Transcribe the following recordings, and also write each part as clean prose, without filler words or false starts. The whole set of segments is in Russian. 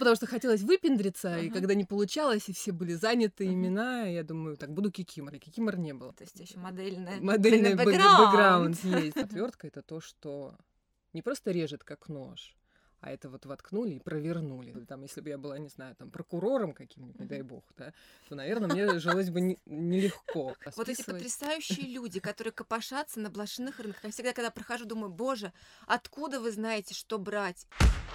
потому что хотелось выпендриться, и когда не получалось, и все были заняты имена, я думаю, так, буду кикиморой. Кикимор не было. То есть еще модельный бэкграунд есть. Отвертка — это то, что не просто режет как нож, а это вот воткнули и провернули. Там, если бы я была, не знаю, там, прокурором каким-нибудь, не дай бог, да, то, наверное, мне жилось бы нелегко. Вот эти потрясающие люди, которые копошатся на блошиных рынках. Я всегда, когда прохожу, думаю, боже, откуда вы знаете, что брать?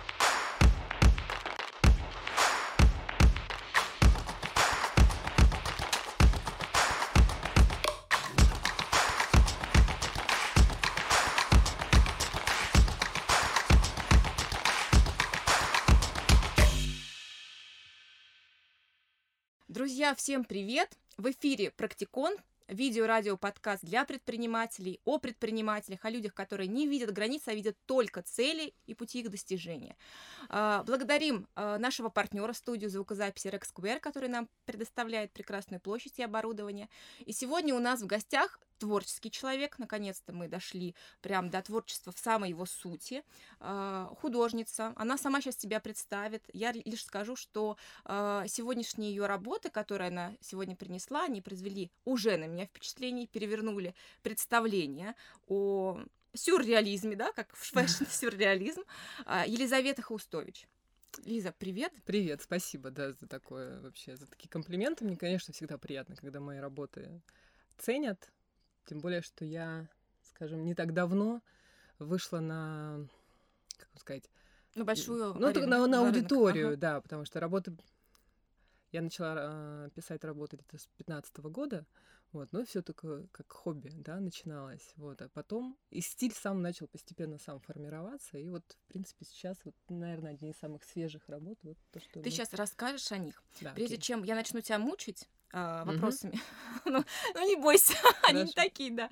Друзья, всем привет! В эфире «Практикон», видео-радио-подкаст для предпринимателей, о предпринимателях, о людях, которые не видят границ, а видят только цели и пути их достижения. Благодарим нашего партнера, студию звукозаписи Rex Square, который нам предоставляет прекрасную площадь и оборудование. И сегодня у нас в гостях творческий человек, наконец-то мы дошли прям до творчества в самой его сути, художница, она сама сейчас себя представит. Я лишь скажу, что сегодняшние ее работы, которые она сегодня принесла, они произвели уже на меня впечатление, перевернули представление о сюрреализме, да, как в фэшн-сюрреализм. Елизавета Хаустович. Лиза, привет. Привет, спасибо, да, за такое вообще, за такие комплименты. Мне, конечно, всегда приятно, когда мои работы ценят. Тем более, что я, скажем, не так давно вышла на, как сказать... На большую на аудиторию, да, потому что работы... Я начала писать работы где-то с 15-го года, вот, но все только как хобби, да, начиналось, вот, а потом и стиль сам начал постепенно сам формироваться, и вот, в принципе, сейчас, вот, наверное, одни из самых свежих работ, вот то, что... Ты сейчас расскажешь о них. Да, прежде чем я начну тебя мучить вопросами, ну не бойся, они не такие, да.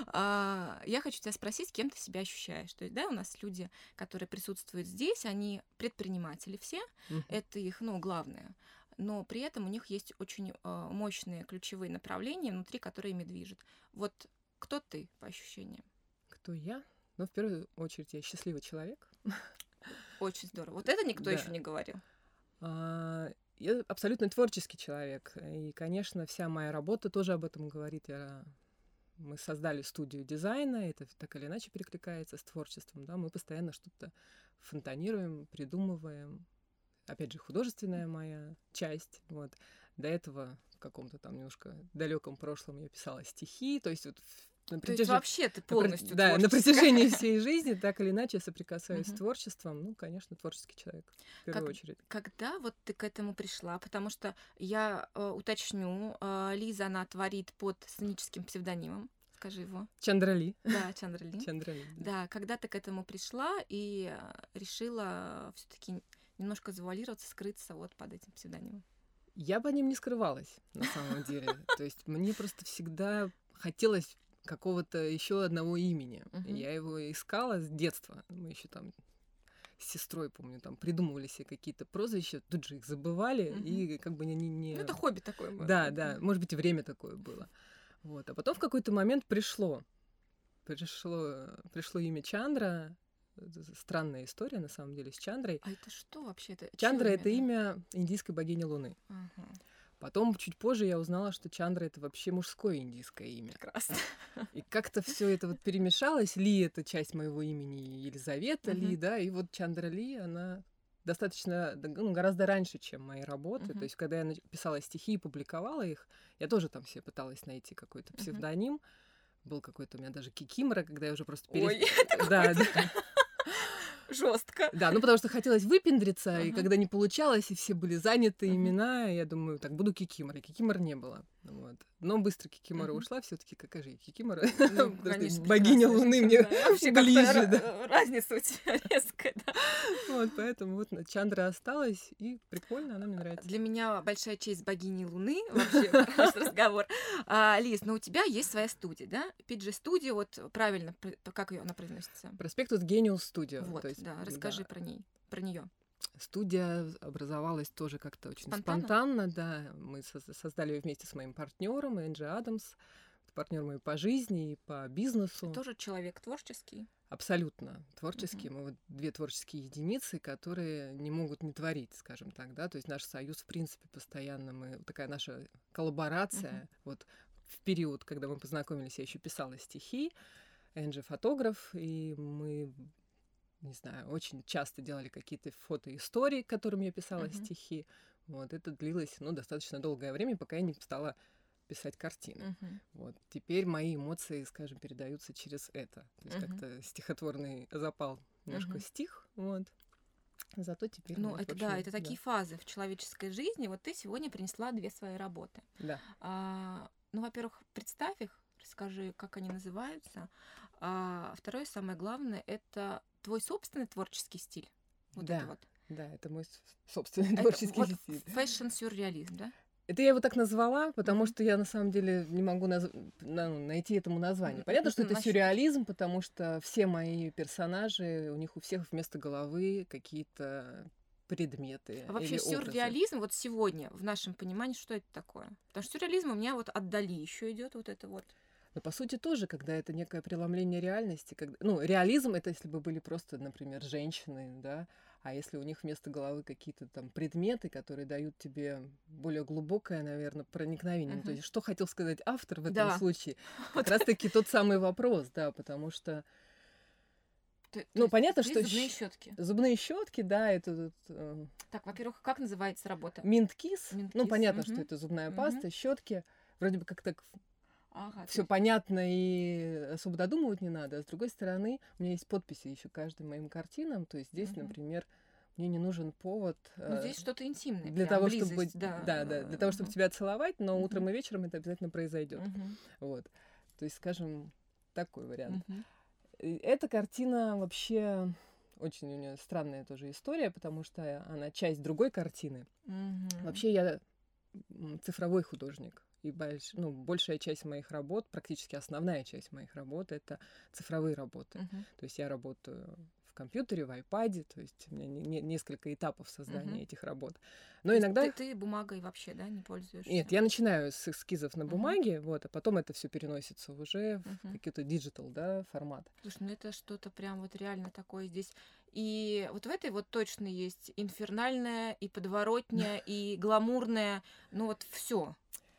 Я хочу тебя спросить, кем ты себя ощущаешь. То есть, да, у нас люди, которые присутствуют здесь, они предприниматели все, это их, главное. Но при этом у них есть очень мощные ключевые направления внутри, которые ими движут. Вот кто ты по ощущениям? Кто я? Ну, в первую очередь, я счастливый человек. Очень здорово. Вот это никто еще не говорил. Я абсолютно творческий человек. И, конечно, вся моя работа тоже об этом говорит. Мы создали студию дизайна, это так или иначе перекликается с творчеством. Да? Мы постоянно что-то фонтанируем, придумываем. Опять же, художественная моя часть. Вот. До этого в каком-то там немножко далеком прошлом я писала стихи. То есть вот вообще ты полностью да, на протяжении всей жизни так или иначе соприкасаюсь с творчеством. Ну, конечно, творческий человек в первую очередь. Когда вот ты к этому пришла? Потому что я уточню, Лиза, она творит под сценическим псевдонимом. Скажи его. Чандрали. Да, Чандрали. Чандрали. Да, когда ты к этому пришла и решила все-таки немножко завуалироваться, скрыться вот под этим псевдонимом? Я по ним не скрывалась, на самом деле. То есть мне просто всегда хотелось какого-то еще одного имени. Я его искала с детства. Мы еще там с сестрой, помню, там придумывали себе какие-то прозвища, тут же их забывали, и как бы не... Ну, это хобби такое было. Да, может быть, и время такое было. Вот. А потом в какой-то момент пришло имя Чандра. Странная история, на самом деле, с Чандрой. А это что вообще? Чандра — это имя индийской богини Луны. Потом, чуть позже, я узнала, что Чандра — это вообще мужское индийское имя. Прекрасно. И как-то все это вот перемешалось. Ли — это часть моего имени Елизавета Ли, да, и вот Чандра Ли, она достаточно, гораздо раньше, чем мои работы. То есть, когда я писала стихи и публиковала их, я тоже там себе пыталась найти какой-то псевдоним. Был какой-то у меня даже кикимора, когда я уже просто... Ой, да. Жестко. Да, потому что хотелось выпендриться, и когда не получалось, и все были заняты имена, я думаю, так, буду кикиморой. Кикимор не было. Вот. Но быстро кикимора ушла, все-таки какая же кикимора? Богиня Луны мне ближе. Разница у тебя резкая, да. Вот, поэтому вот Чандра осталась, и прикольно, она мне нравится. Для меня большая честь богини Луны, вообще, наш разговор. Лиз, но у тебя есть своя студия, да? PG Studio, вот правильно, как ее она произносится? Проспект Genius Studio. Вот, да, расскажи про нее. Студия образовалась тоже как-то очень спонтанно, да. Мы создали ее вместе с моим партнером Энджи Адамс. партнер мой по жизни и по бизнесу. Тоже человек творческий. Абсолютно творческие. Мы вот две творческие единицы, которые не могут не творить, скажем так, да. То есть наш союз, в принципе, постоянно такая наша коллаборация. Вот в период, когда мы познакомились, я еще писала стихи. Энджи фотограф, и мы, не знаю, очень часто делали какие-то фотоистории, к которым я писала стихи. Вот это длилось, достаточно долгое время, пока я не стала писать картины. Вот. Теперь мои эмоции, скажем, передаются через это. То есть как-то стихотворный запал немножко стих, вот. Зато теперь... Ну, это да, это такие фазы в человеческой жизни. Вот ты сегодня принесла 2 свои работы. Да. Ну, во-первых, представь их, расскажи, как они называются. А второе, самое главное, это твой собственный творческий стиль. Вот да, это вот. Да, это мой собственный творческий стиль. Фэшн-сюрреализм, да? Это я его так назвала, потому что я на самом деле не могу найти этому название. Понятно, что это сюрреализм, потому что все мои персонажи, у них у всех вместо головы какие-то предметы. А вообще сюрреализм вот сегодня в нашем понимании, что это такое? Потому что сюрреализм у меня вот отдали еще идет вот это вот. Но по сути тоже, когда это некое преломление реальности. Реализм — это если бы были просто, например, женщины, да, а если у них вместо головы какие-то там предметы, которые дают тебе более глубокое, наверное, проникновение. То есть что хотел сказать автор в этом случае? Как раз-таки тот самый вопрос, да, потому что... понятно, что... Зубные щетки. Зубные щетки, да, это... Так, во-первых, как называется работа? Минт-кис. Понятно, что это зубная паста, щетки. Вроде бы как так... Все понятно и особо додумывать не надо. А с другой стороны, у меня есть подписи еще каждым моим картинам. То есть здесь, например, мне не нужен повод. Здесь что-то интимное. Для того, чтобы для того, чтобы тебя целовать, но утром и вечером это обязательно произойдет. Вот. То есть, скажем, такой вариант. Эта картина вообще очень у нее странная тоже история, потому что она часть другой картины. Вообще я цифровой художник. И большая часть моих работ, практически основная часть моих работ — это цифровые работы. То есть я работаю в компьютере, в iPad, то есть у меня несколько этапов создания этих работ. Но иногда... Ты бумагой вообще, да, не пользуешься? Нет, я начинаю с эскизов на бумаге, вот, а потом это все переносится уже в какой-то диджитал, да, формат. Слушай, это что-то прям вот реально такое здесь. И вот в этой вот точно есть инфернальное, и подворотня, и гламурное, вот все.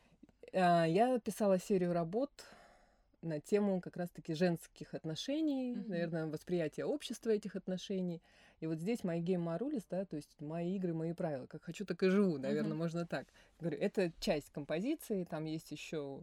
Я писала серию работ на тему как раз-таки женских отношений, наверное, восприятия общества этих отношений. И вот здесь мои гейм марулис, да, то есть мои игры, мои правила. Как хочу, так и живу, наверное, можно так. Говорю, это часть композиции, там есть еще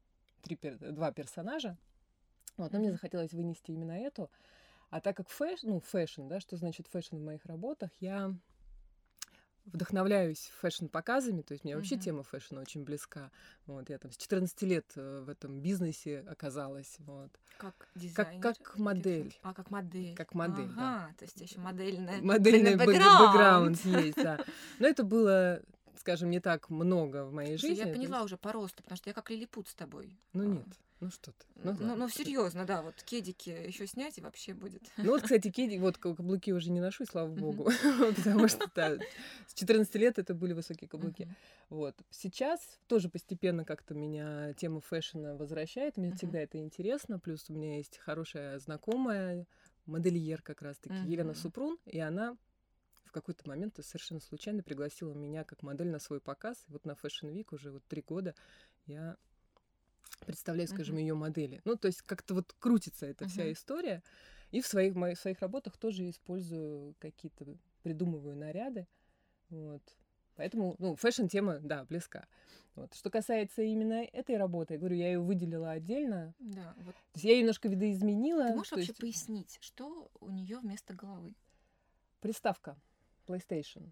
2 персонажа. Вот, но мне захотелось вынести именно эту. А так как фэшн, да, что значит фэшн в моих работах, я вдохновляюсь фэшн-показами, то есть мне вообще тема фэшна очень близка. Вот, я там с 14 лет в этом бизнесе оказалась. Вот. Как дизайнер? Как модель. Как модель. Как модель, да. То есть еще модельный бэкграунд есть, да. Но это было, скажем, не так много в моей жизни. Я поняла уже по росту, потому что я как лилипут с тобой. Нет. Что ты? Серьезно, да, вот кедики еще снять и вообще будет. Кстати, каблуки уже не ношу, слава богу, потому что с 14 лет это были высокие каблуки. Вот. Сейчас тоже постепенно как-то меня тема фэшна возвращает, мне всегда это интересно, плюс у меня есть хорошая знакомая, модельер как раз-таки, Елена Супрун, и она в какой-то момент совершенно случайно пригласила меня как модель на свой показ. И вот на Fashion Week уже 3 года я представляю, скажем, ее модели. То есть как-то вот крутится эта вся история. И в своих работах тоже использую какие-то, придумываю наряды. Вот. Поэтому, фэшн-тема, да, близка. Вот. Что касается именно этой работы, я говорю, я ее выделила отдельно. Да, вот. То есть я ее немножко видоизменила. Ты можешь вообще пояснить, что у нее вместо головы? Приставка PlayStation.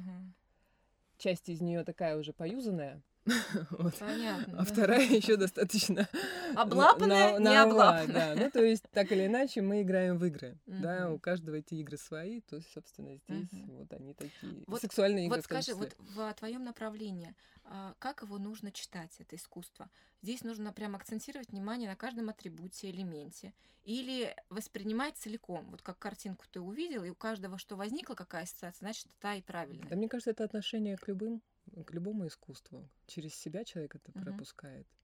Часть из нее такая уже поюзанная. Понятно. А вторая еще достаточно облапанная, не облапанная. Да. То есть так или иначе мы играем в игры. Да, у каждого эти игры свои, то есть, собственно, здесь вот они такие сексуальные игры. Вот скажи, вот в твоем направлении, как его нужно читать, это искусство? Здесь нужно прям акцентировать внимание на каждом атрибуте, элементе, или воспринимать целиком, вот как картинку ты увидел, и у каждого что возникла, какая ассоциация, значит, та и правильная. Да, мне кажется, это отношение к любому искусству. Через себя человек это пропускает.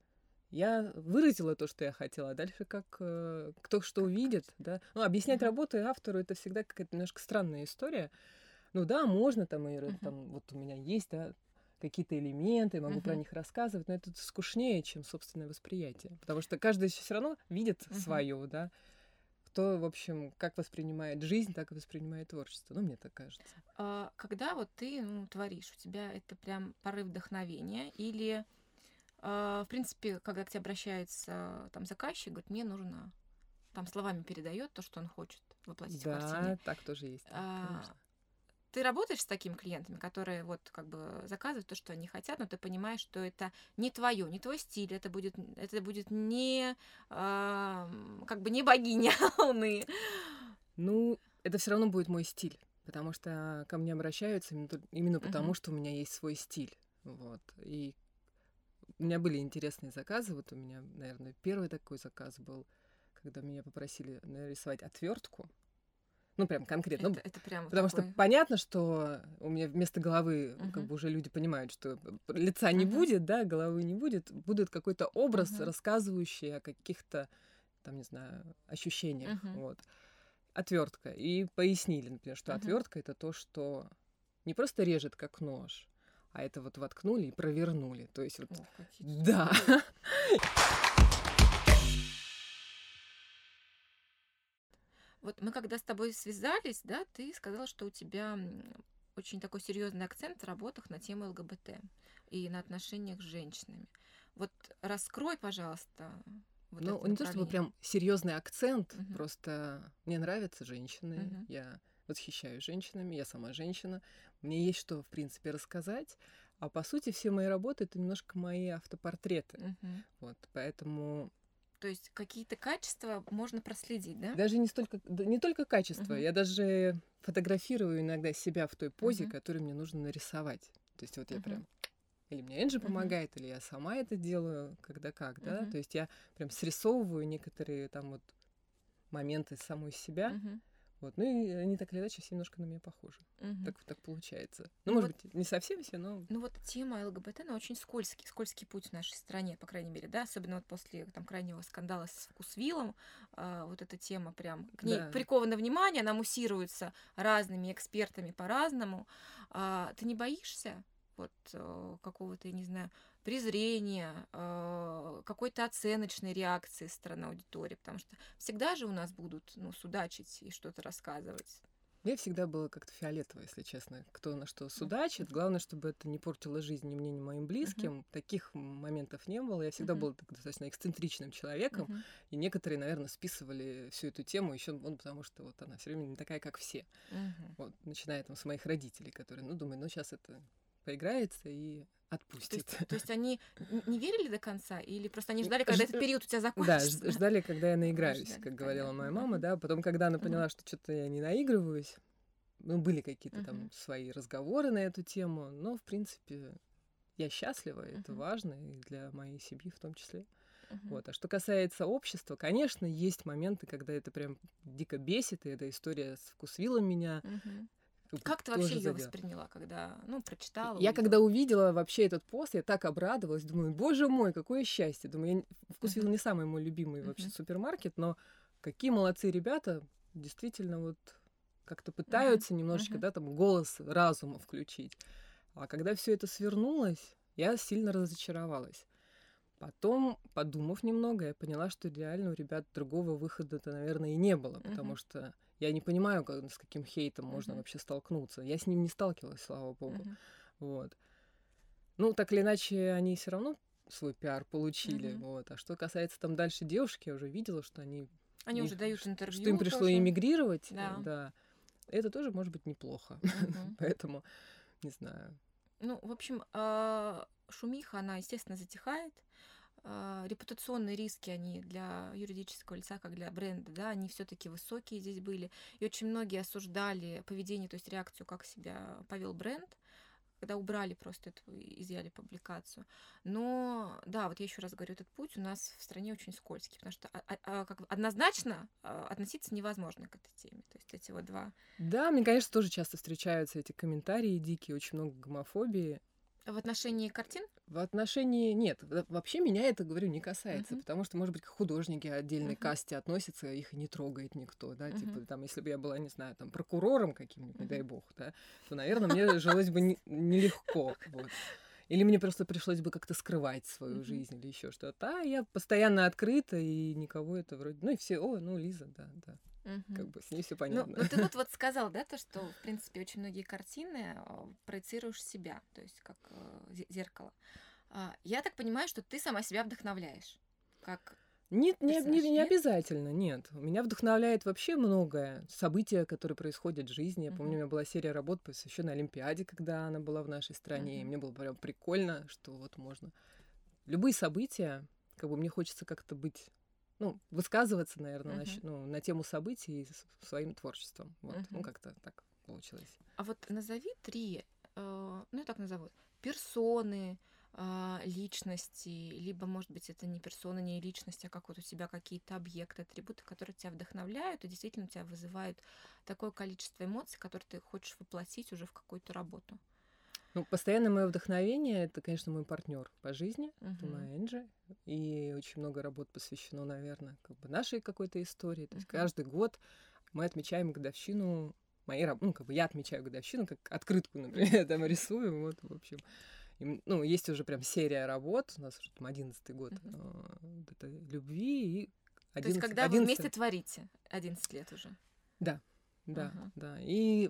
я выразила то, что я хотела, а дальше как кто что увидит, да. Ну, объяснять работу автору — это всегда какая-то немножко странная история. Ну да, можно там, там вот у меня есть, да, какие-то элементы, я могу про них рассказывать, но это скучнее, чем собственное восприятие. Потому что каждый все равно видит свое, да. Кто, в общем, как воспринимает жизнь, так и воспринимает творчество. Ну, мне так кажется. Когда вот ты творишь, у тебя это прям порыв вдохновения или, в принципе, когда к тебе обращается там заказчик, говорит, мне нужно, там словами передает то, что он хочет воплотить в картине. Да, так тоже есть, конечно. Ты работаешь с такими клиентами, которые вот как бы заказывают то, что они хотят, но ты понимаешь, что это не твое, не твой стиль, это будет не как бы не богиня Луны. Ну, это все равно будет мой стиль, потому что ко мне обращаются именно потому, что у меня есть свой стиль. Вот. И у меня были интересные заказы. Вот у меня, наверное, первый такой заказ был, когда меня попросили нарисовать отвертку. Ну, прям конкретно. Это прям потому такой... что понятно, что у меня вместо головы как бы уже люди понимают, что лица не будет, да, головы не будет. Будет какой-то образ, рассказывающий о каких-то, там, не знаю, ощущениях. Вот. Отвертка. И пояснили, например, что отвертка это то, что не просто режет как нож, а это вот воткнули и провернули. То есть вот... Да. Вот мы когда с тобой связались, да, ты сказала, что у тебя очень такой серьезный акцент в работах на тему ЛГБТ и на отношениях с женщинами. Вот раскрой, пожалуйста, вот ну, это не то чтобы прям серьезный акцент, просто мне нравятся женщины, я восхищаюсь женщинами, я сама женщина, мне есть что, в принципе, рассказать, а по сути все мои работы — это немножко мои автопортреты, вот, поэтому... То есть какие-то качества можно проследить, да? Даже не только качество, я даже фотографирую иногда себя в той позе, которую мне нужно нарисовать. То есть вот я прям... Или мне Энджи помогает, или я сама это делаю, когда как, да? То есть я прям срисовываю некоторые там вот моменты самой себя. Вот. Ну и они так или иначе все немножко на меня похожи. Так получается. Ну, может быть, не совсем все, но... Ну вот тема ЛГБТ, она очень скользкий путь в нашей стране, по крайней мере, да, особенно вот после там крайнего скандала с Вкусвиллом, вот эта тема прям, к ней приковано внимание, она муссируется разными экспертами по-разному. Ты не боишься вот какого-то, я не знаю, презрения, какой-то оценочной реакции со стороны аудитории, потому что всегда же у нас будут, судачить и что-то рассказывать. Мне всегда было как-то фиолетово, если честно, кто на что судачит. Главное, чтобы это не портило жизнь ни мне, ни моим близким. Таких моментов не было. Я всегда была достаточно эксцентричным человеком. И некоторые, наверное, списывали всю эту тему еще, потому что вот она все время не такая, как все. Вот, начиная там с моих родителей, которые, думаю, сейчас это поиграется и отпустит. То есть они не верили до конца? Или просто они ждали, когда этот период у тебя закончится? Да, ждали, когда я наиграюсь, как говорила моя мама, да. Потом, когда она поняла, что что-то я не наигрываюсь, были какие-то там свои разговоры на эту тему, но, в принципе, я счастлива, это важно, и для моей семьи в том числе. Вот. А что касается общества, конечно, есть моменты, когда это прям дико бесит, и эта история с Вкусвиллом меня... Как ты вообще ее восприняла, когда, прочитала? Я когда увидела вообще этот пост, я так обрадовалась, думаю, боже мой, какое счастье. Думаю, Вкусвилл не самый мой любимый вообще супермаркет, но какие молодцы ребята, действительно вот как-то пытаются немножечко, да, там голос разума включить. А когда все это свернулось, я сильно разочаровалась. Потом, подумав немного, я поняла, что реально у ребят другого выхода-то, наверное, и не было, потому что я не понимаю, с каким хейтом можно вообще столкнуться. Я с ним не сталкивалась, слава богу. Вот. Ну, так или иначе, они все равно свой пиар получили. Вот. А что касается там дальше девушки, я уже видела, что они уже дают интервью. Что им пришло эмигрировать. Да. Это тоже может быть неплохо. Поэтому, не знаю. Ну, в общем, шумиха, она, естественно, затихает. Репутационные риски, они для юридического лица, как для бренда, да, они все-таки высокие здесь были. И очень многие осуждали поведение, то есть реакцию, как себя повел бренд, когда убрали просто эту, изъяли публикацию. Но, да, вот я еще раз говорю, этот путь у нас в стране очень скользкий, потому что однозначно относиться невозможно к этой теме. То есть эти вот два... Да, мне, конечно, тоже часто встречаются эти комментарии дикие, очень много гомофобии. В отношении картин? В отношении... Нет, вообще меня это, говорю, не касается, Мгм. потому что, может быть, к художники отдельной Мгм. касте относятся, их и не трогает никто, да, типа, Мгм. там, если бы я была, не знаю, там, прокурором каким-нибудь, не дай Мгм. бог, да, то, наверное, мне жилось бы нелегко, вот. Или мне просто пришлось бы как-то скрывать свою Мгм. жизнь или еще что-то. А я постоянно открыта, и никого это вроде... Ну и все, о, ну, Лиза, да, да, как Мгм. бы с ней все Ну, понятно. ну ты вот сказал, да, то, что, в принципе, очень многие картины проецируешь себя, то есть как зеркало. Я так понимаю, что ты сама себя вдохновляешь, как Нет, персонаж, не нет? обязательно, нет. Меня вдохновляет вообще многое. События, которые происходят в жизни. Я помню, у Мгм. меня была серия работ, посвященная Олимпиаде, когда она была в нашей стране. И Мгм. мне было прям прикольно, что вот можно... Любые события, как бы мне хочется как-то быть... Ну, высказываться, наверное, Мгм. на тему событий своим творчеством. Вот, ну, Мгм. как-то так получилось. А вот назови три, ну, я так назову, персоны, личности, либо, может быть, это не персона, не личность, а как вот у тебя какие-то объекты, атрибуты, которые тебя вдохновляют и действительно тебя вызывают такое количество эмоций, которые ты хочешь воплотить уже в какую-то работу. Ну, постоянное мое вдохновение это, конечно, мой партнер по жизни, это Мгм. моя Энджи. И очень много работ посвящено, наверное, как бы нашей какой-то истории. То есть Мгм. каждый год мы отмечаем годовщину моей работы. Ну, как бы я отмечаю годовщину, как открытку, например, там рисую. Вот, в общем. Ну, есть уже прям серия работ. У нас уже там 11-й год Мгм. вот этой любви. И То есть, когда вы 11... вместе творите 11 лет уже. Да, да, Ага. да. И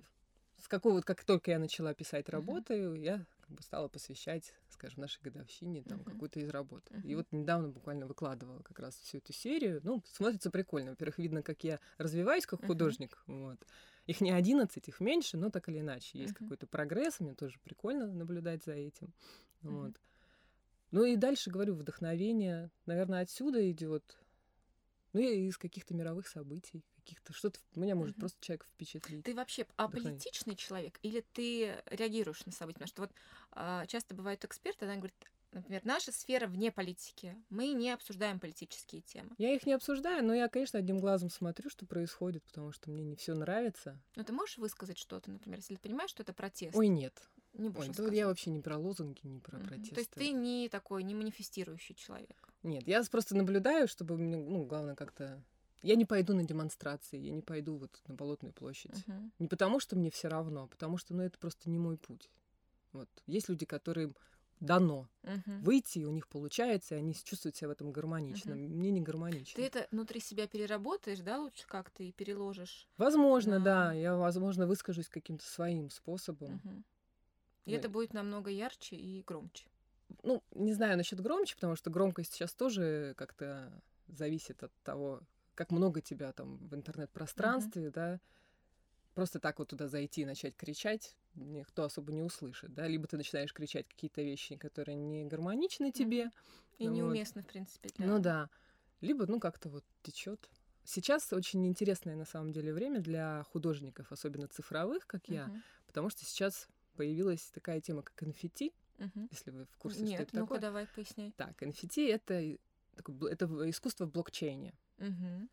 как только я начала писать Мгм. работы, я как бы стала посвящать, скажем, нашей годовщине там Мгм. какую-то из работ. И Мгм. вот недавно буквально выкладывала как раз всю эту серию. Ну, смотрится прикольно. Во-первых, видно, как я развиваюсь как Мгм. художник. Вот. Их не 11, их меньше, но так или иначе. Есть Мгм. какой-то прогресс, мне тоже прикольно наблюдать за этим. Мгм. Вот. Ну и дальше, говорю, вдохновение, наверное, отсюда идет. Ну и из каких-то мировых событий, каких-то что-то меня может Мгм. просто человек впечатлить, Ты вообще вдохновить. аполитичный человек или ты реагируешь на события? Потому что вот часто бывают эксперты, она говорит, например, наша сфера вне политики, мы не обсуждаем политические темы. Я их не обсуждаю, но я, конечно, одним глазом смотрю, что происходит, потому что мне не все нравится. Но ты можешь высказать что-то, например, если ты понимаешь, что это протест, Ой, нет. не будешь Ой, да вот я высказываться. вообще не про лозунги, не про Мгм. То есть протесты. ты не такой, не манифестирующий человек. Нет, я просто наблюдаю, чтобы мне, ну, главное как-то... Я не пойду на демонстрации, я не пойду вот на Болотную площадь. Мгм. Не потому, что мне все равно, а потому что, ну, это просто не мой путь. Вот. Есть люди, которым дано Мгм. выйти, и у них получается, и они чувствуют себя в этом гармонично. Мгм. Мне не Ты гармонично. это внутри себя переработаешь, да, лучше как-то и переложишь Возможно, да, на... я, возможно, выскажусь каким-то своим способом. Мгм. И Ну, это будет намного ярче и громче. ну, не знаю насчет громче, потому что громкость сейчас тоже как-то зависит от того, как много тебя там в Мгм. интернет-пространстве, да. Просто так вот туда зайти и начать кричать, никто особо не услышит, да. Либо ты начинаешь кричать какие-то вещи, которые не гармоничны тебе, Мгм. И вот. неуместно, в принципе, Ну для... да. Либо, ну, как-то вот течет. Сейчас очень интересное на самом деле время для художников, особенно цифровых, как я, Мгм. потому что сейчас появилась такая тема, как NFT, Мгм. если вы в курсе, что Нет, это ну-ка такое. давай поясняй. Так, NFT это это искусство в блокчейне. Мгм.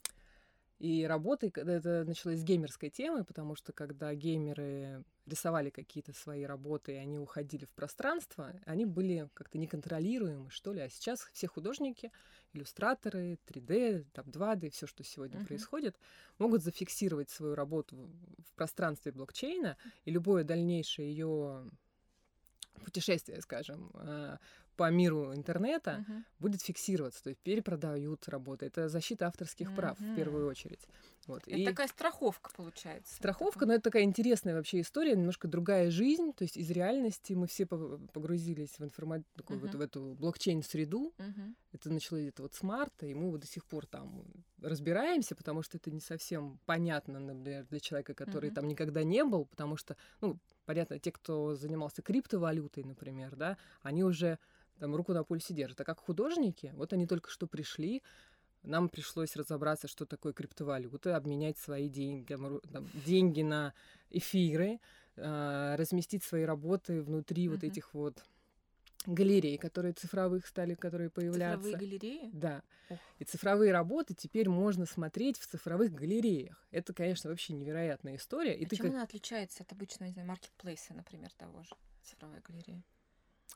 И работы, когда это началось с геймерской темы, потому что когда геймеры рисовали какие-то свои работы, и они уходили в пространство, они были как-то неконтролируемы, что ли. А сейчас все художники, иллюстраторы, 3D, там 2D, все, что сегодня Мгм. происходит, могут зафиксировать свою работу в пространстве блокчейна, и любое дальнейшее ее путешествие, скажем, по миру интернета Мгм. будет фиксироваться, то есть перепродают работы. Это защита авторских прав в Мгм. первую очередь. Вот. Это И такая страховка получается. страховка, Такой. но это такая интересная вообще история, немножко другая жизнь, то есть из реальности мы все погрузились в такую вот Мгм. в эту блокчейн-среду. Мгм. Это началось где-то вот с марта, и мы вот до сих пор там разбираемся, потому что это не совсем понятно, например, для человека, который Мгм. там никогда не был, потому что, ну, понятно, те, кто занимался криптовалютой, например, да, они уже там руку на пульсе держат. А как художники, вот они только что пришли, нам пришлось разобраться, что такое криптовалюта, обменять свои деньги, деньги на эфиры, разместить свои работы внутри вот Мгм. этих вот галерей, которые цифровых стали, которые Цифровые появляться. галереи? Да. Ух. И цифровые работы теперь можно смотреть в цифровых галереях. Это, конечно, вообще невероятная история. И А ты чем как... она отличается от обычного, не знаю, маркетплейса, например, того же цифровой галереи?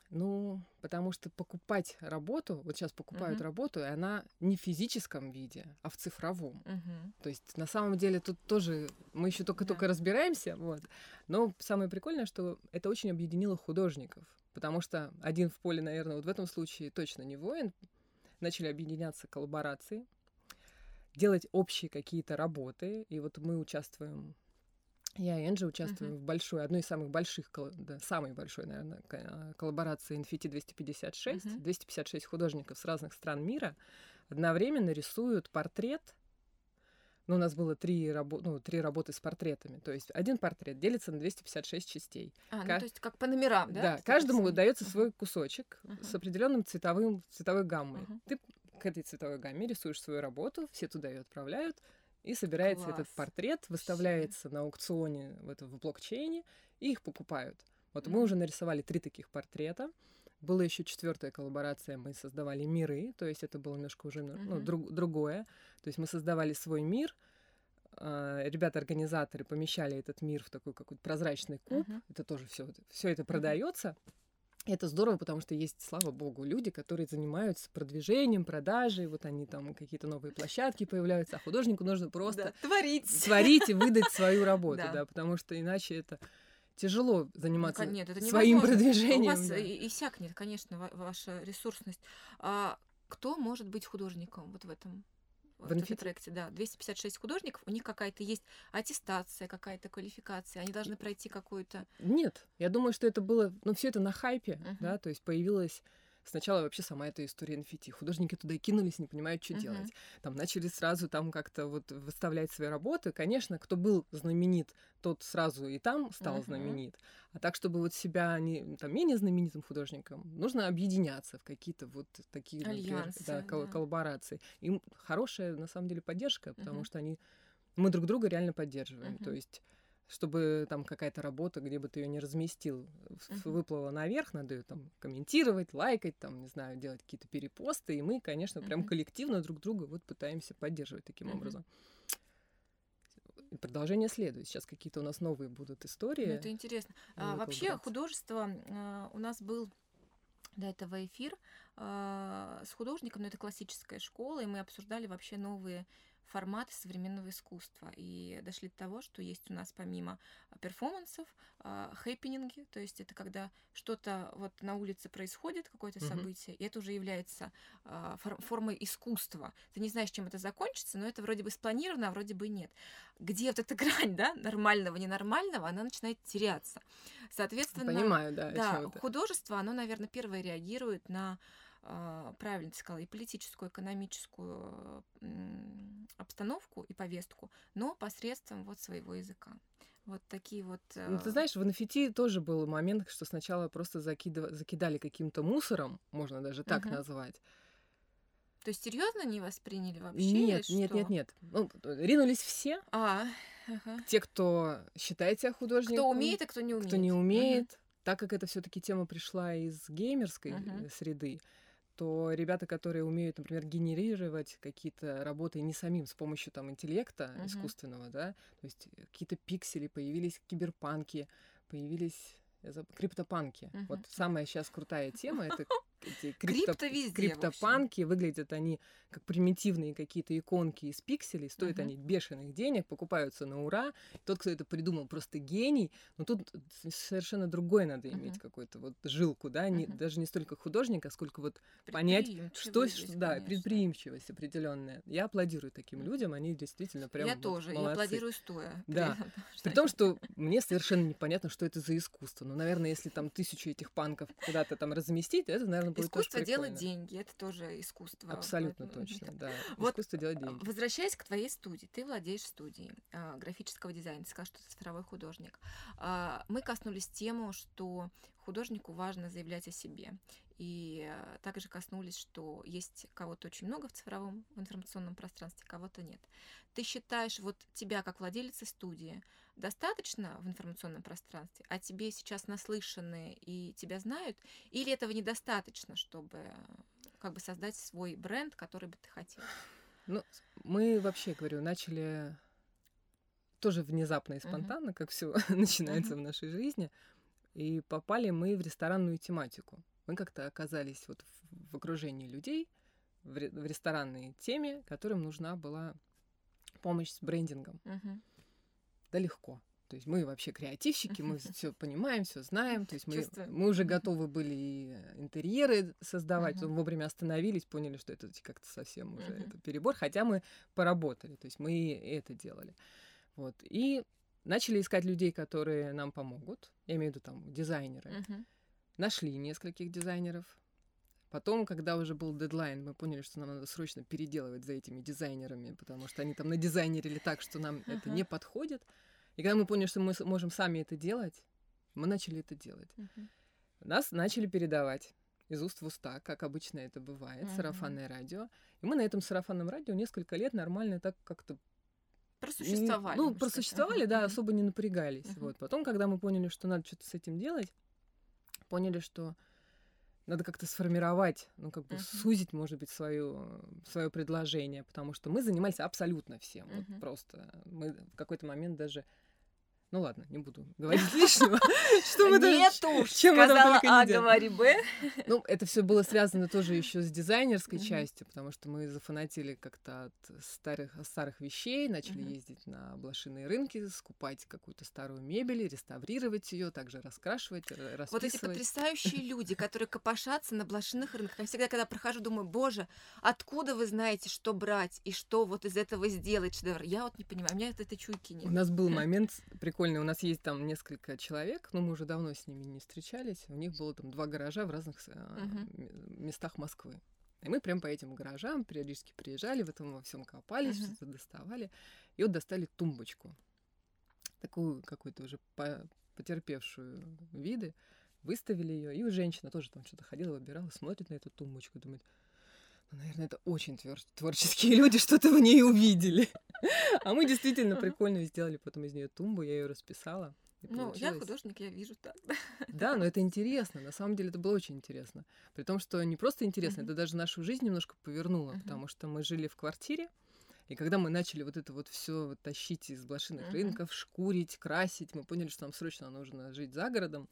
Ну, потому что покупать работу, вот сейчас покупают Мгм. работу, и она не в физическом виде, а в цифровом. Мгм. То есть на самом деле тут тоже мы еще Да. только разбираемся, вот. Но самое прикольное, что это очень объединило художников, потому что один в поле, наверное, вот в этом случае точно не воин. Начали объединяться коллаборации, делать общие какие-то работы, и вот мы участвуем. Я и Энджи участвуем в одной из самых больших, самой большой, наверное, коллаборации NFT 256. Мгм. 256 художников с разных стран мира одновременно рисуют портрет. Ну, у нас было три работы с портретами. То есть один портрет делится на 256 частей. Ну то есть как по номерам, да? Да, Так каждому описано? дается Мгм. свой кусочек с Мгм. определенным цветовой гаммой. Мгм. Ты к этой цветовой гамме рисуешь свою работу, все туда ее отправляют, и собирается этот Класс. портрет, Вообще. выставляется на аукционе в блокчейне, и их покупают. Вот мы Мгм. уже нарисовали 3 таких портрета. Была еще 4-я коллаборация, мы создавали миры, то есть это было немножко уже Мгм. другое. То есть мы создавали свой мир, ребята-организаторы помещали этот мир в такой какой-то прозрачный куб. Мгм. Это тоже все это Мгм. продается. Это здорово, потому что есть, слава богу, люди, которые занимаются продвижением, продажей, вот они там какие-то новые площадки появляются, а художнику нужно просто Да, творить. творить и выдать свою работу, Да. да, потому что иначе это тяжело заниматься Нет, это своим невозможно. У продвижением, вас да. иссякнет, конечно, ваша ресурсность. Кто может быть художником вот в этом В вот этой NFT? проекте? Да, 256 художников, у них какая-то есть аттестация, какая-то квалификация, они должны пройти какую-то... Нет, я думаю, что это было, все это на хайпе, Мгм. да, то есть появилась сначала вообще сама эта история NFT. Художники туда и кинулись, не понимают, что Мгм. делать. Там начали сразу там как-то вот выставлять свои работы. Конечно, кто был знаменит, тот сразу и там стал Мгм. знаменит. А так, чтобы вот себя там менее знаменитым художником, нужно объединяться в какие-то вот такие, например, Альянсы, да, да. коллаборации. И хорошая, на самом деле, поддержка, потому Мгм. что мы друг друга реально поддерживаем. Мгм. То есть чтобы там какая-то работа, где бы ты ее не разместил, Мгм. выплыла наверх, надо ее там комментировать, лайкать, там, не знаю, делать какие-то перепосты, и мы, конечно, прям Мгм. коллективно друг друга вот пытаемся поддерживать таким Мгм. образом. И продолжение следует. Сейчас какие-то у нас новые будут Ну, истории. это интересно. новые Вообще коллаборации. художество у нас был до этого эфир с художником, но это классическая школа, и мы обсуждали вообще новые форматы современного искусства. И дошли до того, что есть у нас помимо перформансов, хэппининги, то есть это когда что-то вот на улице происходит, какое-то Мгм. событие, и это уже является формой искусства. Ты не знаешь, чем это закончится, но это вроде бы спланировано, а вроде бы нет. Где вот эта грань, да, нормального, ненормального, она начинает теряться. Соответственно, Понимаю, да, о да, чем это. художество, оно, наверное, первое реагирует на, правильно ты сказала, и политическую, экономическую обстановку и повестку, но посредством вот своего языка. Вот такие вот... Ну, ты знаешь, в NFT тоже был момент, что сначала просто закидали каким-то мусором, можно даже так Мгм. назвать. То есть серьезно не восприняли вообще или Нет, нет, что? нет, нет. Ну, ринулись все, Ага. те, кто считает себя Кто художником, умеет, а кто не кто не умеет. умеет. Так как это все-таки тема пришла из геймерской Мгм. среды, то ребята, которые умеют, например, генерировать какие-то работы не самим с помощью там интеллекта Мгм. искусственного, да, то есть какие-то пиксели, появились киберпанки, появились криптопанки. Мгм. Вот самая сейчас крутая тема — это эти Крипто везде, в общем. криптопанки. Выглядят они как примитивные какие-то иконки из пикселей, стоят Мгм. они бешеных денег, покупаются на ура. Тот, кто это придумал, просто гений. Но тут совершенно другое надо иметь, Мгм. какую-то вот жилку, да, Мгм. даже не столько художника, сколько вот понять, что, Предприимчивость здесь, да, конечно. предприимчивость определенная. Я аплодирую таким людям, они действительно прям Я вот тоже. Я молодцы. аплодирую стоя. Да. При Что том, что мне совершенно непонятно, что это за искусство. Ну, наверное, если там 1000 этих панков куда-то там разместить, это, наверное, будет тоже искусство делать прикольно. деньги, это тоже искусство. Абсолютно Поэтому, точно, да. да. Вот, Искусство делать деньги. возвращаясь к твоей студии, ты владеешь студией графического дизайна, ты сказала, что ты цифровой художник. Мы коснулись темы, что художнику важно заявлять о себе. И также коснулись, что есть кого-то очень много в информационном пространстве, кого-то нет. Ты считаешь, вот тебя, как владелицы студии, достаточно в информационном пространстве, а тебе сейчас наслышаны и тебя знают, или этого недостаточно, чтобы как бы создать свой бренд, который бы ты хотел? Ну, мы вообще, говорю, начали тоже внезапно и Мгм. спонтанно, как все начинается Мгм. в нашей жизни. И попали мы в ресторанную тематику. мы как-то оказались вот в окружении людей, в ресторанной теме, которым нужна была помощь с брендингом. Да легко. То есть мы вообще креативщики, мы все понимаем, все знаем. То есть мы уже готовы были и интерьеры создавать, вовремя остановились, поняли, что это как-то совсем уже это перебор, хотя мы поработали, то есть мы и это делали. Вот. И начали искать людей, которые нам помогут. Я имею в виду там дизайнеры. Нашли нескольких дизайнеров. Потом, когда уже был дедлайн, мы поняли, что нам надо срочно переделывать за этими дизайнерами, потому что они там надизайнерили так, что нам это не подходит. И когда мы поняли, что мы можем сами это делать, мы начали это делать. Нас начали передавать из уст в уста, как обычно это бывает, сарафанное радио. И мы на этом сарафанном радио несколько лет нормально так как-то просуществовали. Просуществовали, да, особо не напрягались. Вот. Потом, когда мы поняли, что надо что-то с этим делать, поняли, что надо как-то сформировать, сузить, может быть, свое предложение, потому что мы занимались абсолютно всем. Вот просто мы в какой-то момент даже... Ну ладно, не буду говорить лишнего. Что мы даже... Нет уж, сказала А, говори Б. Ну, это все было связано тоже еще с дизайнерской частью, потому что мы зафанатели как-то от старых вещей, начали ездить на блошиные рынки, скупать какую-то старую мебель, реставрировать ее, также раскрашивать, расписывать. Вот эти потрясающие люди, которые копошатся на блошиных рынках. Я всегда, когда прохожу, думаю, боже, откуда вы знаете, что брать и что вот из этого сделать шедевр? Я вот не понимаю, у меня этой чуйки нет. У нас был момент прикольный. У нас есть там несколько человек, но мы уже давно с ними не встречались. У них было там 2 гаража в разных местах Москвы. И мы прям по этим гаражам периодически приезжали, в этом во всем копались, что-то доставали. И вот достали тумбочку. Такую какую-то уже потерпевшую виды. Выставили ее. И женщина тоже там что-то ходила, выбирала, смотрит на эту тумбочку, думает, наверное, это очень творческие люди, что-то в ней увидели. А мы действительно прикольно сделали потом из нее тумбу, я ее расписала. Я художник, я вижу так. Да, но это интересно. На самом деле это было очень интересно. При том, что не просто интересно, это даже нашу жизнь немножко повернуло, потому что мы жили в квартире, и когда мы начали вот это вот все тащить из блошиных рынков, шкурить, красить, мы поняли, что нам срочно нужно жить за городом.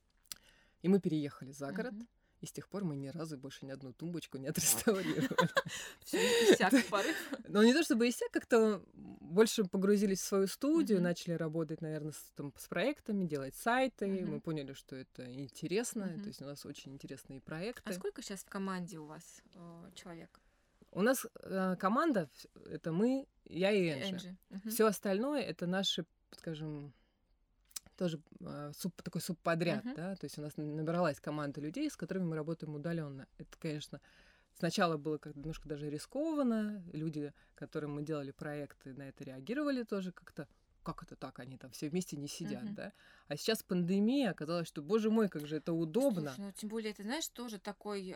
И мы переехали за город. И с тех пор мы ни разу больше ни одну тумбочку не отреставрировали. Всё иссяк порыв. Но не то чтобы иссяк, как-то больше погрузились в свою студию, начали работать, наверное, с проектами, делать сайты. Мы поняли, что это интересно. То есть у нас очень интересные проекты. А сколько сейчас в команде у вас человек? У нас команда — это мы, я и Энджи. Все остальное — это наши, скажем, тоже такой субподряд, да, то есть у нас набиралась команда людей, с которыми мы работаем удаленно. Это, конечно, сначала было как-то немножко даже рискованно, люди, которым мы делали проекты, на это реагировали тоже как-то, как это так, они там все вместе не сидят, да. А сейчас пандемия, оказалось, что, боже мой, как же это удобно. Слушай, тем более, ты знаешь, тоже такой,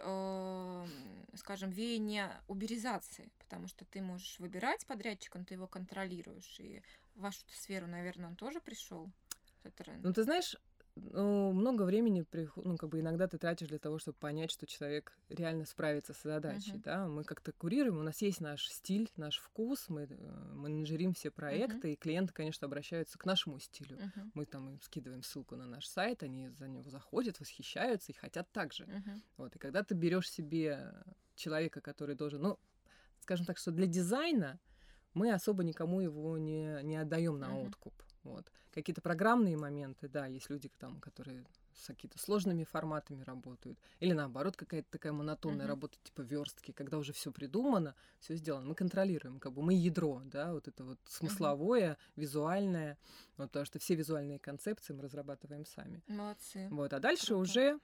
скажем, веяние уберизации, потому что ты можешь выбирать подрядчика, но ты его контролируешь, и в вашу сферу, наверное, он тоже пришел. Ну, ты знаешь, много времени, иногда ты тратишь для того, чтобы понять, что человек реально справится с задачей, да. Мы как-то курируем, у нас есть наш стиль, наш вкус, мы менеджерим все проекты, и клиенты, конечно, обращаются к нашему стилю. Мы там им скидываем ссылку на наш сайт, они за него заходят, восхищаются и хотят так же. Вот, и когда ты берешь себе человека, который должен, скажем так, что для дизайна мы особо никому его не отдаем на откуп. Вот. Какие-то программные моменты, да, есть люди, там, которые с какими-то сложными форматами работают. Или наоборот, какая-то такая монотонная работа, типа верстки, когда уже все придумано, все сделано. Мы контролируем, мы ядро, да, вот это вот смысловое, визуальное, вот, потому что все визуальные концепции мы разрабатываем сами. Молодцы. Вот, а дальше уже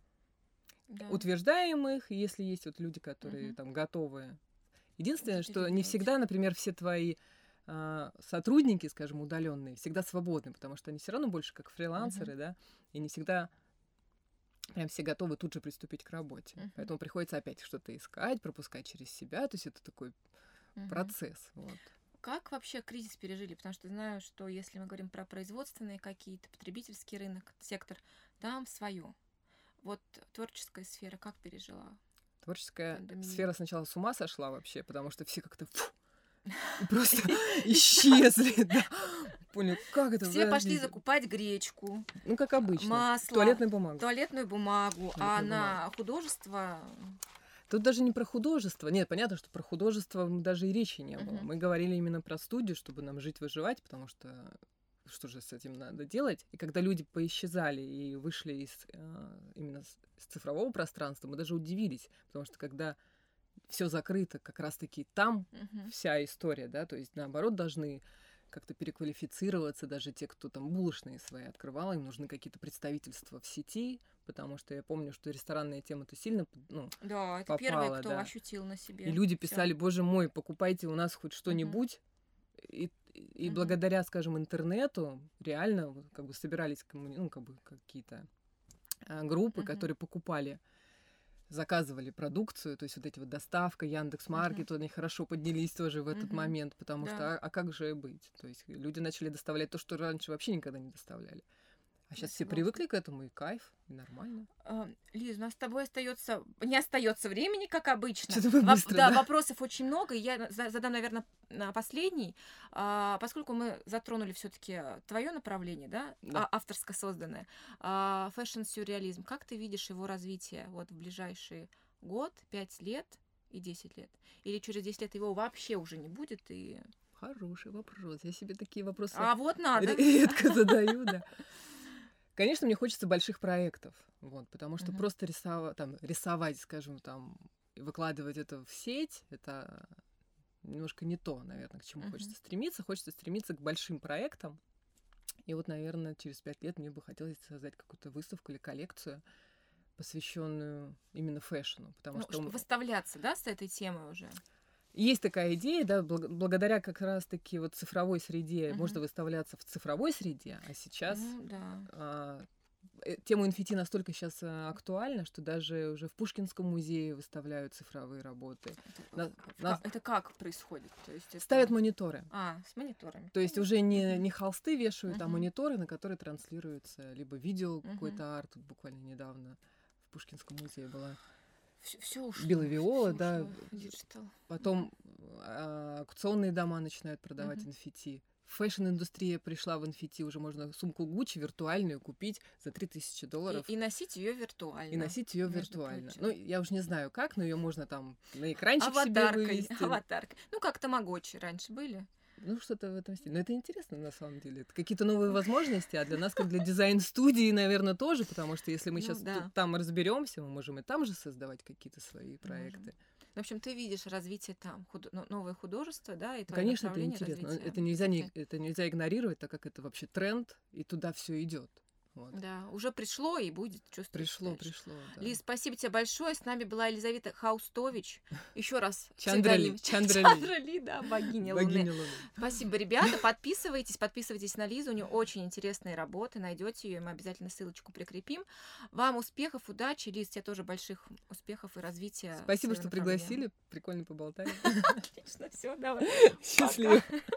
утверждаем их, если есть вот люди, которые там готовы. Единственное, что не всегда, например, все твои сотрудники, скажем, удаленные, всегда свободны, потому что они все равно больше как фрилансеры, да, и не всегда прям все готовы тут же приступить к работе. Поэтому приходится опять что-то искать, пропускать через себя, то есть это такой процесс. Вот. Как вообще кризис пережили? Потому что знаю, что если мы говорим про производственные какие-то, потребительский рынок, сектор, там свое. Вот творческая сфера как пережила? Творческая сфера сначала с ума сошла вообще, потому что все как-то И просто исчезли, да. Поняли, как это? Все пошли Подождите. закупать гречку, Ну, как обычно. масло, Туалетную бумагу. туалетную бумагу, а Туалетную на художество... Тут даже не про художество. Нет, понятно, что про художество даже и речи не было. Мгм. Мы говорили именно про студию, чтобы нам жить, выживать, потому что что же с этим надо делать? И когда люди поисчезали и вышли именно с цифрового пространства, мы даже удивились, потому что когда все закрыто, как раз-таки там Мгм. вся история, да, то есть наоборот должны как-то переквалифицироваться даже те, кто там булочные свои открывал, им нужны какие-то представительства в сети, потому что я помню, что ресторанная тема-то сильно, ну, Да, это первые, попала, кто да. ощутил на себе. И люди всё. писали, боже мой, покупайте у нас хоть что-нибудь. И Мгм. благодаря, скажем, интернету реально вот как бы собирались ну, как бы какие-то группы, Мгм. которые покупали, заказывали продукцию, то есть вот эти вот доставка, Яндекс.Маркет, они хорошо поднялись тоже в этот Мгм. момент, потому Да. что а как же быть? То есть люди начали доставлять то, что раньше вообще никогда не доставляли. А сейчас все согласна. привыкли к этому, и кайф, и нормально. Лиз, у нас с тобой не остается времени, как обычно. Что-то мы быстро, Да, да? вопросов очень много. И я задам, наверное, последний. Поскольку мы затронули все-таки твое направление, да, Да. авторско созданное, фэшн-сюрреализм. Как ты видишь его развитие вот в ближайшие год, 5 лет и 10 лет? Или через 10 лет его вообще уже не будет? И... Хороший вопрос. Я себе такие вопросы А вот надо. редко задаю, да. Конечно, мне хочется больших проектов, вот, потому что Мгм. просто рисовать, скажем, там, и выкладывать это в сеть, это немножко не то, наверное, к чему Мгм. хочется стремиться. Хочется стремиться к большим проектам. И вот, наверное, через 5 лет мне бы хотелось создать какую-то выставку или коллекцию, посвященную именно фэшну, потому Ну, что чтобы выставляться, да, с этой темой уже? есть такая идея, да, благодаря как раз-таки вот цифровой среде Мгм. можно выставляться в цифровой среде, а сейчас Ну, да. тема NFT настолько сейчас актуальна, что даже уже в Пушкинском музее выставляют цифровые работы. Это как происходит? То есть это... Ставят мониторы. С мониторами. То есть уже не холсты вешают, а Мгм. мониторы, на которые транслируется либо видео, Мгм. какой-то арт. Тут буквально недавно в Пушкинском музее была. Все ушло. Беловиола, всё да. ушло в диджитал. Потом аукционные дома начинают продавать Мгм. NFT. Фэшн-индустрия пришла в NFT, уже можно сумку Гуччи виртуальную купить за $3000. И носить ее виртуально. И носить ее между виртуально. прочим. Ну, я уже не знаю как, но ее можно там на экранчик себе Аватаркой. вывести. Аватаркой. Ну, как тамагочи раньше были. Ну, что-то в этом стиле. Но это интересно, на самом деле. Это какие-то новые возможности, а для нас, как для дизайн-студии, наверное, тоже, потому что если мы Ну сейчас да. там разберемся, мы можем и там же создавать какие-то свои проекты. Можем. В общем, ты видишь развитие там, новое художество, да, и твое Конечно, это направление интересно. развития. Это нельзя игнорировать, так как это вообще тренд, и туда все идет. Вот. Да, уже пришло и будет чувствовать. Пришло, да. Лиз, спасибо тебе большое. С нами была Елизавета Хаустович. Еще раз. Чандрали. Чандрали, да, богиня Луны. Богиня Луны. Спасибо, ребята. Подписывайтесь на Лизу. У нее очень интересные работы. Найдете ее, мы обязательно ссылочку прикрепим. Вам успехов, удачи. Лиз, тебе тоже больших успехов и развития. Спасибо, своего что направления. пригласили. Прикольно поболтали. Отлично, все, давай. Счастливо. Пока.